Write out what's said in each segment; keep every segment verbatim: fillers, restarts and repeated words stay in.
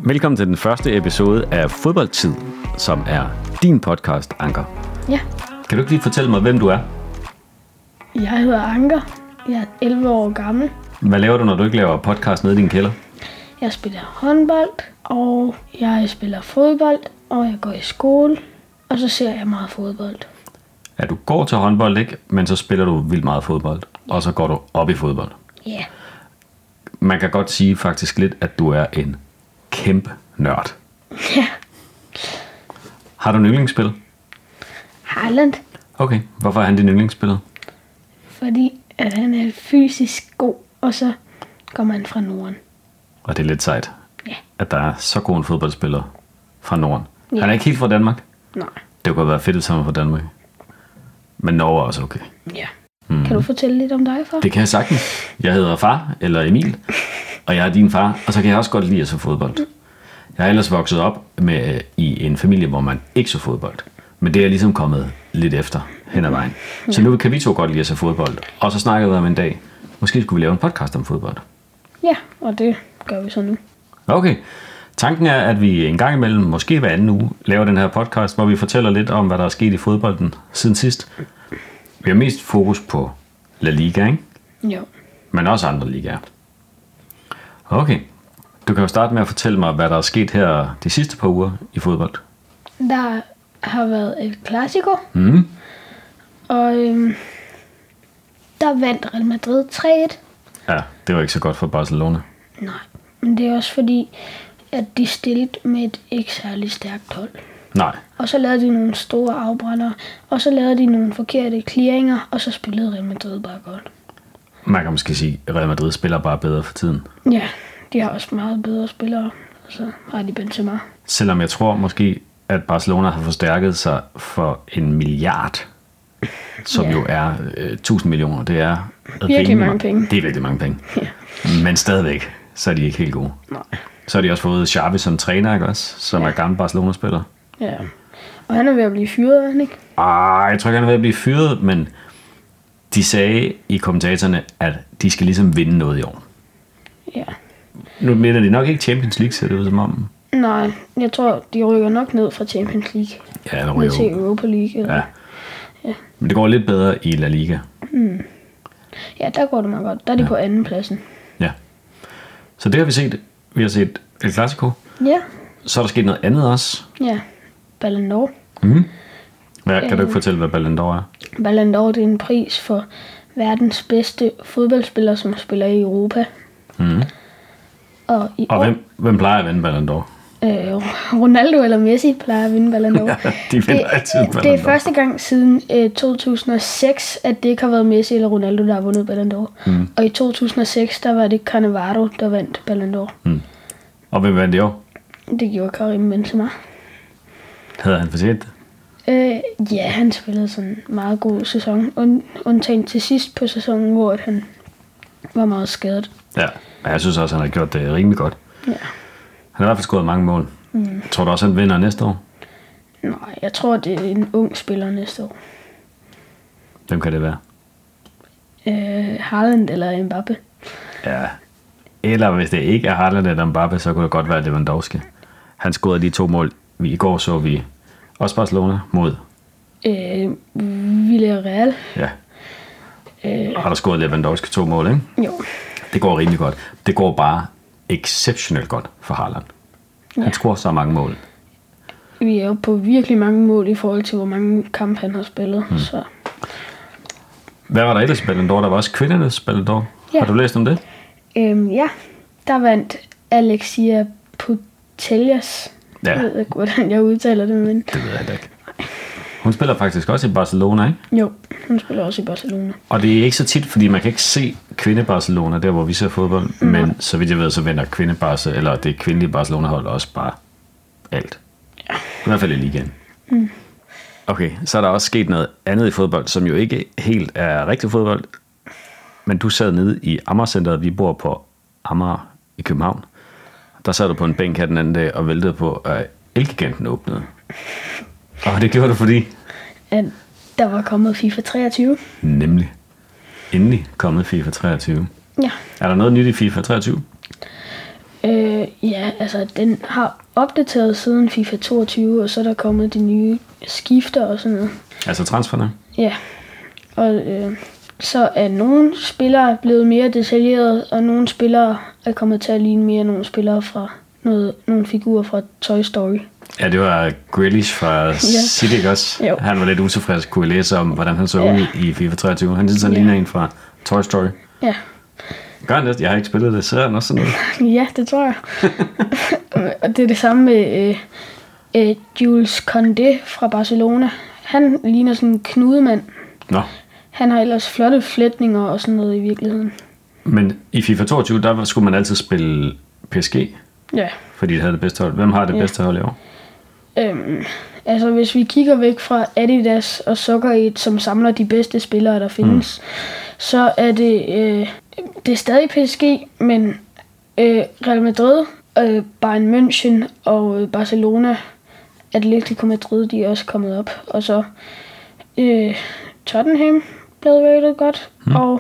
Velkommen til den første episode af Fodboldtid, som er din podcast, Anker. Ja. Kan du ikke lige fortælle mig, hvem du er? Jeg hedder Anker. Jeg er elleve år gammel. Hvad laver du, når du ikke laver podcast nede i din kælder? Jeg spiller håndbold, og jeg spiller fodbold, og jeg går i skole, og så ser jeg meget fodbold. Ja, du går til håndbold, ikke? Men så spiller du vildt meget fodbold, og så går du op i fodbold. Ja. Yeah. Man kan godt sige faktisk lidt, at du er en kæmpe nørd. Ja. Har du en yndlingsspil? Haaland. Okay, hvorfor er han din yndlingsspiller? Fordi at han er fysisk god, og så kommer han fra Norden. Og det er lidt sejt, Ja. at der er så god en fodboldspiller fra Norden. Ja. Han er ikke helt fra Danmark. Nej. Det kunne være fedt, hvis han var fra Danmark. Men Norge er også okay. Ja. Mm. Kan du fortælle lidt om dig, far? Det kan jeg sagtens. Jeg hedder far, eller Emil, og jeg er din far, og så kan jeg også godt lide at så fodbold. Jeg er ellers vokset op med, i en familie, hvor man ikke så fodbold. Men det er ligesom kommet lidt efter hen ad vejen. Så nu kan vi to godt lide at så fodbold. Og så snakkede vi om en dag, måske skulle vi lave en podcast om fodbold. Ja, og det gør vi så nu. Okay. Tanken er, at vi en gang imellem, måske hver anden uge, laver den her podcast, hvor vi fortæller lidt om, hvad der er sket i fodbolden siden sidst. Vi har mest fokus på La Liga, ikke? Jo. Men også andre ligaer. Okay. Du kan jo starte med at fortælle mig, hvad der er sket her de sidste par uger i fodbold. Der har været et Clasico, Mm. og øhm, der vandt Real Madrid tre et. Ja, det var ikke så godt for Barcelona. Nej, men det er også fordi, at de stillede med et ikke særlig stærkt hold. Nej. Og så lavede de nogle store afbrændere, og så lavede de nogle forkerte clearinger, og så spillede Real Madrid bare godt. Man kan måske sige, at Real Madrid spiller bare bedre for tiden. Ja, de har også meget bedre spillere, og så har de Benzema. Selvom jeg tror måske, at Barcelona har forstærket sig for en milliard, som Ja. jo er øh, tusind millioner. Det er Virkelig rimelig mange penge. Det er virkelig mange penge. Ja. Men stadigvæk, så er de ikke helt gode. Nej. Så har de også fået Xavi som træner, ikke også? Som Ja. er gammel Barcelona-spiller. Ja, og han er ved at blive fyret, er han ikke? Ah, jeg tror ikke, han er ved at blive fyret, men de sagde i kommentatorerne, at de skal ligesom vinde noget i år. Ja. Nu mener de nok ikke Champions League, ser det ud som om. Nej, jeg tror, de rykker nok ned fra Champions League. Ja, der Ned ryger til jo. Europa League. Eller? Ja. Ja. Men det går lidt bedre i La Liga. Ja, der går det meget godt. Der er de Ja. på anden pladsen. Ja. Så det har vi set. Vi har set El Clasico. Ja, Så er der sket noget andet også. ja. Ballon d'Or. Mm. Hvad, kan du ikke fortælle, hvad Ballon d'Or er? Ballon d'Or, det er en pris for verdens bedste fodboldspiller, som spiller i Europa. Mm. Og i Og år, hvem, hvem plejer at vinde Ballon d'Or? øh, Ronaldo eller Messi plejer at vinde Ballon d'Or. Ja, de vinder det, altid Ballon det er d'Or. første gang siden øh, to tusind og seks, at det ikke har været Messi eller Ronaldo, der har vundet Ballon d'Or. Mm. Og i to tusind og seks, der var det Cannavaro, der vandt Ballon d'Or. Mm. Og hvem vandt i år? Det gjorde Karim Benzema. Havde han fortjent det? Øh, ja, han spillede sådan en meget god sæson. Und, undtagen til sidst på sæsonen, hvor at han var meget skadet. Ja, men jeg synes også, han har gjort det rimelig godt. Ja. Han har i hvert fald scoret mange mål. Mm. Tror du også, han vinder næste år? Nej, jeg tror, det er en ung spiller næste år. Hvem kan det være? Øh, Haaland eller Mbappé. Ja. Eller hvis det ikke er Haaland eller Mbappé, så kunne det godt være Lewandowski. Han scorede de to mål. Vi, I går så vi også Barcelona mod. Øh, Villarreal. Ja. Øh, Og har der scoret Lewandowski to mål, ikke? jo. Det går rimelig godt. Det går bare exceptionelt godt for Haaland. Han Ja. scorer så mange mål. Vi er jo på virkelig mange mål i forhold til, hvor mange kampe han har spillet. Mm. Så Hvad var der ellers i Ballon d'Or? Der var også kvindernes Ballon d'Or. Ja. Har du læst om det? øhm, ja, der vandt Alexia Putellas. Ja. Jeg ved ikke, hvordan jeg udtaler det, men Det ved jeg heller ikke. Hun spiller faktisk også i Barcelona, ikke? jo, hun spiller også i Barcelona. Og det er ikke så tit, fordi man kan ikke se kvinde Barcelona, der hvor vi ser fodbold. Mm. Men så vidt jeg ved, så vinder kvinde Barca, eller det kvindelige Barcelona-hold også bare alt. Ja. I hvert fald i ligaen. Mm. Okay, så er der også sket noget andet i fodbold, som jo ikke helt er rigtig fodbold. Men du sad nede i Amagercenteret, vi bor på Amager i København. Der sad du på en bænk her den anden dag og væltede på, at Elgiganten åbnede. Og det gjorde du fordi? At der var kommet FIFA treogtyve. Nemlig. Endelig kommet FIFA treogtyve. Ja. Er der noget nyt i FIFA treogtyve? Øh, Øh, ja, altså den har opdateret siden FIFA toogtyve, og så er der kommet de nye skifter og sådan noget. Altså transferne? Ja, og øh, så er nogle spillere blevet mere detaljerede, og nogle spillere er kommet til at ligne mere nogle spillere fra noget, nogle figurer fra Toy Story. Ja, det var Grealish fra ja. City, ikke også? Jo. Han var lidt utilfreds, kunne læse om, hvordan han så ja. ud i FIFA treogtyve. Han synes, han ja. ligner en fra Toy Story. Ja. Gør han det? Jeg har ikke spillet det. Ser han også sådan noget? Ja, det tror jeg. Og det er det samme med øh, øh, Jules Koundé fra Barcelona. Han ligner sådan en knudemand. Nå. Han har ellers flotte flætninger og sådan noget i virkeligheden. Men i FIFA toogtyve, der skulle man altid spille P S G? Ja. Fordi det havde det bedste hold. Hvem har det ja. bedste hold i år? Øhm, altså, hvis vi kigger væk fra Adidas og Soccer Aid, som samler de bedste spillere, der findes, mm. så er det, øh, det er stadig P S G, men øh, Real Madrid, øh, Bayern München og øh, Barcelona, Atletico Madrid, de er også kommet op. Og så øh, Tottenham blevet rated godt, mm. og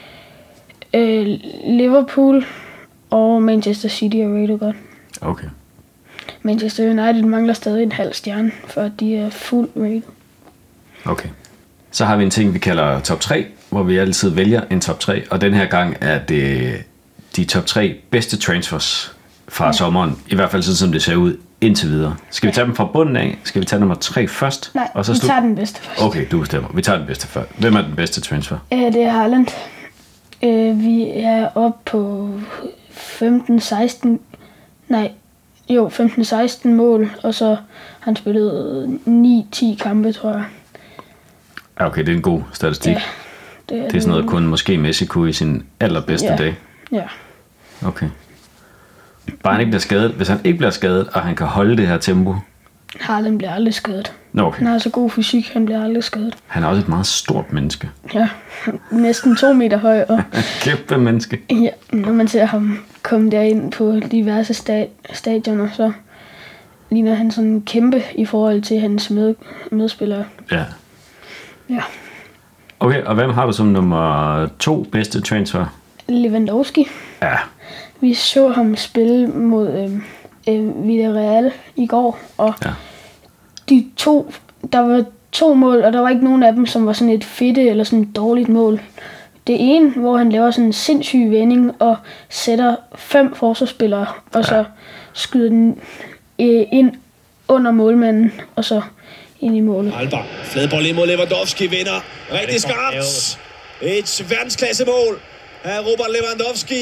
øh, Liverpool og Manchester City er rated godt. Okay. Manchester United mangler stadig en halv stjerne, for de er fuld rated. Okay. Så har vi en ting, vi kalder top tre, hvor vi altid vælger en top tre, og den her gang er det de top tre bedste transfers fra ja. sommeren, i hvert fald sådan som det ser ud indtil videre. Skal vi tage dem fra bunden af? Skal vi tage nummer tre først? Nej, og så vi slu- tager den bedste først. Okay, du bestemmer. Vi tager den bedste først. Hvem er den bedste transfer? Øh, det er Haaland. Øh, vi er oppe på femten seksten... Nej, jo, femten seksten mål, og så har han spillet ni ti kampe, tror jeg. Ja, okay, det er en god statistik. Ja, det, er det er sådan noget, kun måske Messi kunne i sin allerbedste ja. dag. Ja. Okay. Bare han ikke bliver skadet. Hvis han ikke bliver skadet, og han kan holde det her tempo. Haaland bliver aldrig skadet. Okay. Han har så god fysik, han bliver aldrig skadet. Han er også et meget stort menneske. Ja, næsten to meter høj. Og kæmpe menneske. Ja, når man ser ham komme derind på diverse sta- stadioner, så ligner han sådan kæmpe i forhold til hans med- medspillere. Ja. Ja. Okay, og hvem har du som nummer to bedste transfer? Lewandowski. Ja. Vi så ham spille mod øh, øh, Villarreal i går, og ja. de to, der var to mål, og der var ikke nogen af dem, som var sådan et fedte eller sådan et dårligt mål. Det ene, hvor han laver sådan en sindssyg vending og sætter fem forsvarsspillere, og ja. så skyder den øh, ind under målmanden, og så ind i målet. Alba, fladbold ind mod Lewandowski, vinder rigtig skarpt. Et verdensklassemål af Robert Lewandowski.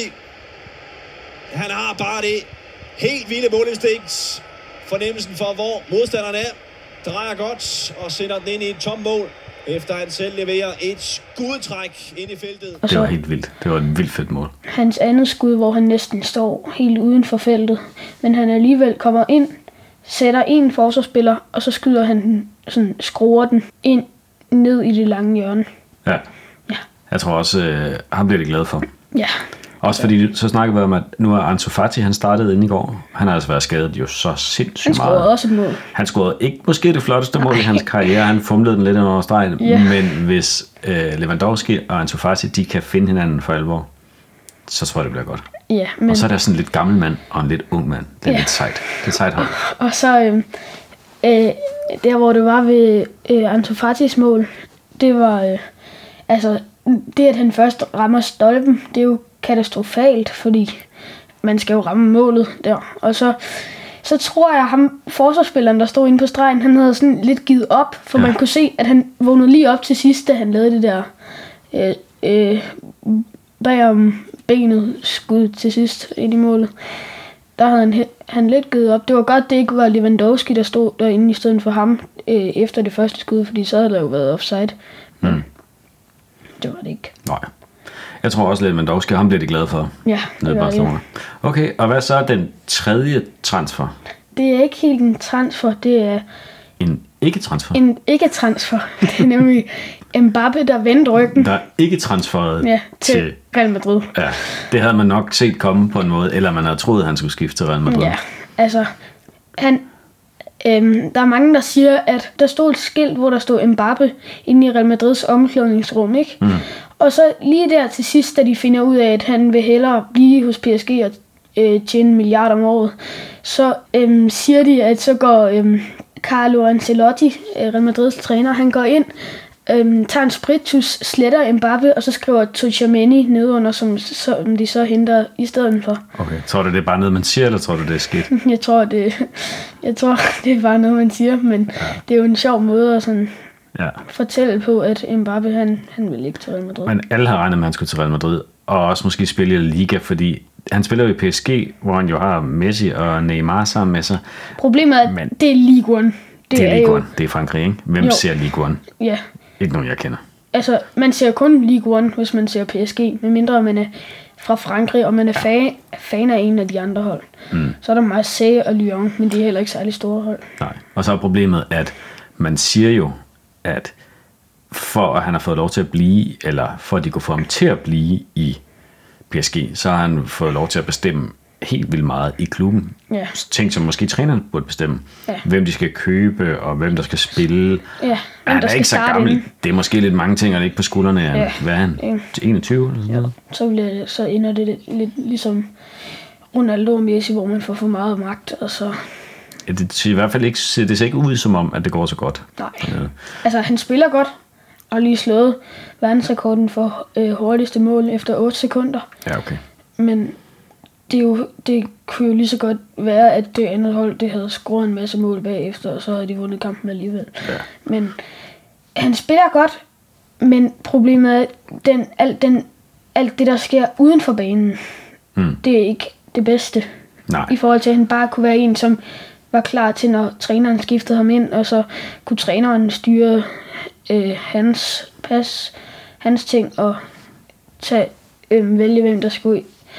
Han har bare det helt vilde målinstinkt. Fornemmelsen for, hvor modstanderen er. Drejer godt og sender den ind i et tom mål, efter han selv leverer et skudtræk ind i feltet. Det var helt vildt. Det var et vildt fedt mål. Hans andet skud, hvor han næsten står helt uden for feltet, men han alligevel kommer ind, sætter en forsvarsspiller, og så skyder han den, sådan skruer den ind ned i det lange hjørne. Ja. ja. Jeg tror også, øh, han bliver det glad for. Ja. Også fordi, så snakker vi om, at nu er Ansu Fati, han startede inden i går. Han har altså været skadet jo så sindssygt meget. Han scorede også et mål. Han scorede ikke måske det flotteste mål i hans karriere. Han fumlede den lidt over stregen. Yeah. Men hvis øh, Lewandowski og Ansu Fati, de kan finde hinanden for alvor, så tror jeg, det bliver godt. Ja, men... Og så er der sådan en lidt gammel mand og en lidt ung mand. Det er ja. lidt sejt. Det er sejt hold. Og så øh, øh, der, hvor det var ved øh, Ansu Fatis mål, det var øh, altså det, at han først rammer stolpen, det er jo katastrofalt, fordi man skal jo ramme målet der. Og så, så tror jeg, ham forsvarsspilleren, der stod inde på stregen, han havde sådan lidt givet op, for ja. man kunne se, at han vågnede lige op til sidst, da han lavede det der øh, øh, bagom benet skud til sidst ind i målet. Der havde han, han lidt givet op. Det var godt, det ikke var Lewandowski, der stod derinde i stedet for ham øh, efter det første skud, fordi så havde der jo været offside. Men mm. det var det ikke. Nej. Jeg tror også, at Lewandowski, ham bliver de glade for. Ja, det var det. Okay, og hvad så er den tredje transfer? Det er ikke helt en transfer, det er... En ikke-transfer? En ikke-transfer. Det er nemlig Mbappé, der vendte ryggen. Der er ikke transferet ja, til, til Real Madrid. Ja, det havde man nok set komme på en måde, eller man havde troet, at han skulle skifte til Real Madrid. Ja, altså... Han, øhm, der er mange, der siger, at der stod et skilt, hvor der stod Mbappé inde i Real Madrids omklædningsrum, ikke? Mm. Og så lige der til sidst, da de finder ud af, at han vil hellere blive hos P S G og, øh, tjene en milliard om året, så øh, siger de, at så går øh, Carlo Ancelotti, øh, Real Madrids træner, han går ind, øh, tager en spritus, sletter Mbappé, og så skriver Tchouaméni nedunder, som, som de så henter i stedet for. Okay, tror du, det er bare noget, man siger, eller tror du, det er skidt? Jeg tror, det, jeg tror, det er bare noget, man siger, men ja. Det er jo en sjov måde at sådan ja. fortælle på, at Mbappé, han, han vil ikke til Real Madrid. Men alle har regnet med, at han skulle til Real Madrid, og også måske spille i Liga, fordi han spiller jo i P S G, hvor han jo har Messi og Neymar sammen med sig. Problemet er, at det er Ligue et. Det, det er Ligue et. Det er Frankrig, ikke? Hvem jo. ser Ligue et? Ja. Ikke nogen, jeg kender. Altså, man ser kun Ligue et, hvis man ser P S G, medmindre man er fra Frankrig, og man er ja. fan, fan af en af de andre hold. Mm. Så er der Marseille og Lyon, men de er heller ikke særlig store hold. Nej, og så er problemet, at man siger jo, at for at han har fået lov til at blive, eller for at de kunne få ham til at blive i P S G, så har han fået lov til at bestemme helt vildt meget i klubben. Ja. Ting, som måske trænerne burde bestemme. Ja. Hvem de skal købe, og hvem der skal spille. Ja, han er ikke så gammel. Inden. Det er måske lidt mange ting, og det er ikke på skuldrene af, ja. hvad er han? Ja. enogtyve eller sådan noget? Ja. Så, bliver det, så ender det lidt, lidt ligesom Ronaldo og Messi, hvor man får for meget magt, og så... Ja, det ser i hvert fald ikke, det ser ikke ud som om, at det går så godt. Nej. Ja. Altså, han spiller godt, og lige slået verdensrekorden for øh, hurtigste mål efter otte sekunder. Ja, okay. Men det, er jo, det kunne jo lige så godt være, at det andet hold, det havde scoret en masse mål bagefter, og så havde de vundet kampen alligevel. Ja. Men han spiller godt, men problemet er, den, alt, den, alt det, der sker uden for banen, mm. det er ikke det bedste. Nej. I forhold til, at han bare kunne være en, som var klar til, når træneren skiftede ham ind, og så kunne træneren styre øh, hans pas, hans ting, og tage, øh, vælge, hvem der skulle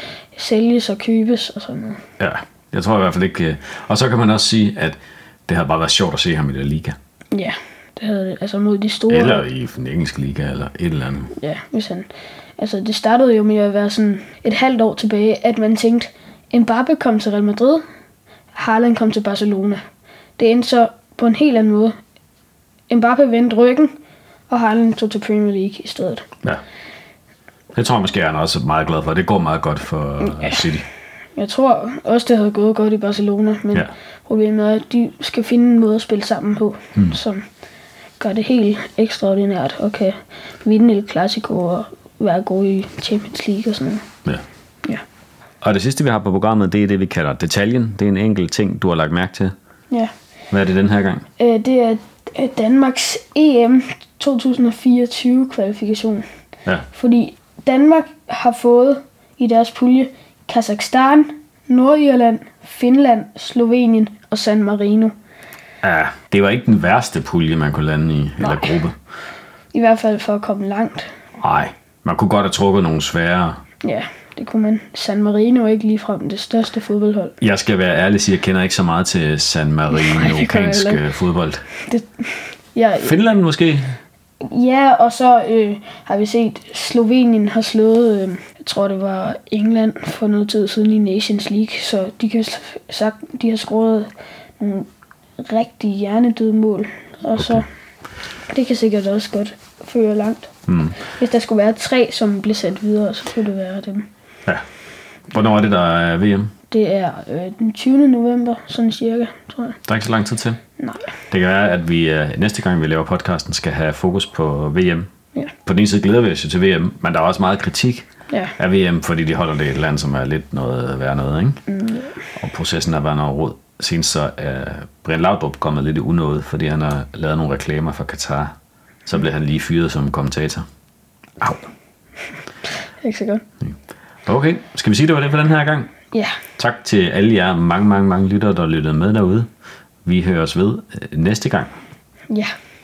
sælges og købes og sådan noget. Ja, jeg tror i hvert fald ikke. Og så kan man også sige, at det havde bare været sjovt at se ham i den liga. Ja, det havde det. Altså mod de store... Eller i den engelske liga, eller et eller andet. Ja, hvis han... Altså, det startede jo med at være sådan et halvt år tilbage, at man tænkte, Mbappé kom til Real Madrid, Haaland kom til Barcelona. Det endte så på en helt anden måde. Mbappé vendte ryggen, og Haaland tog til Premier League i stedet. Ja. Det tror jeg måske, han er også meget glad for. Det går meget godt for ja. City. Jeg tror også, det havde gået godt i Barcelona, men ja. Problemet er, at de skal finde en måde at spille sammen på, hmm. som gør det helt ekstraordinært og kan vinde El Clasico og være god i Champions League og sådan noget. Ja. Ja. Og det sidste, vi har på programmet, det er det, vi kalder detaljen. Det er en enkelt ting, du har lagt mærke til. Ja. Hvad er det den her gang? Det er Danmarks E M to tusind og fireogtyve kvalifikation. Ja. Fordi Danmark har fået i deres pulje Kazakhstan, Nordirland, Finland, Slovenien og San Marino. Ja, det var ikke den værste pulje, man kunne lande i, Nej. eller gruppe. I hvert fald for at komme langt. Nej, man kunne godt have trukket nogle svære. Ja, det kunne man. San Marino er ikke ligefrem det største fodboldhold. Jeg skal være ærlig og sige, at jeg kender ikke så meget til San Marino-okansk fodbold. Det, ja, Finland måske? Ja, og så øh, har vi set, Slovenien har slået, øh, jeg tror det var England for noget tid siden i Nations League, så de, kan sagt, de har scoret nogle rigtig hjernedøde mål, og okay. Så det kan sikkert også godt føre langt. Mm. Hvis der skulle være tre, som blev sendt videre, så kunne det være dem. Ja. Hvornår er det, der er V M? Det er øh, den tyvende november, sådan cirka, tror jeg. Der er ikke så lang tid til? Nej. Det kan være, at vi øh, næste gang, vi laver podcasten, skal have fokus på V M. Ja. På den ene side glæder vi os til V M, men der er også meget kritik ja. af V M, fordi de holder det i et land, som er lidt noget værd noget, ikke? Mm. Og processen er været noget råd. Senest så er Brian Laudrup kommet lidt i unåde, fordi han har lavet nogle reklamer for Katar. Så blev han lige fyret som kommentator. Au. Ikke så godt. Okay, skal vi sige, det var det for den her gang? Ja. Tak til alle jer mange, mange, mange lyttere, der lyttede med derude. Vi høres ved næste gang. Ja.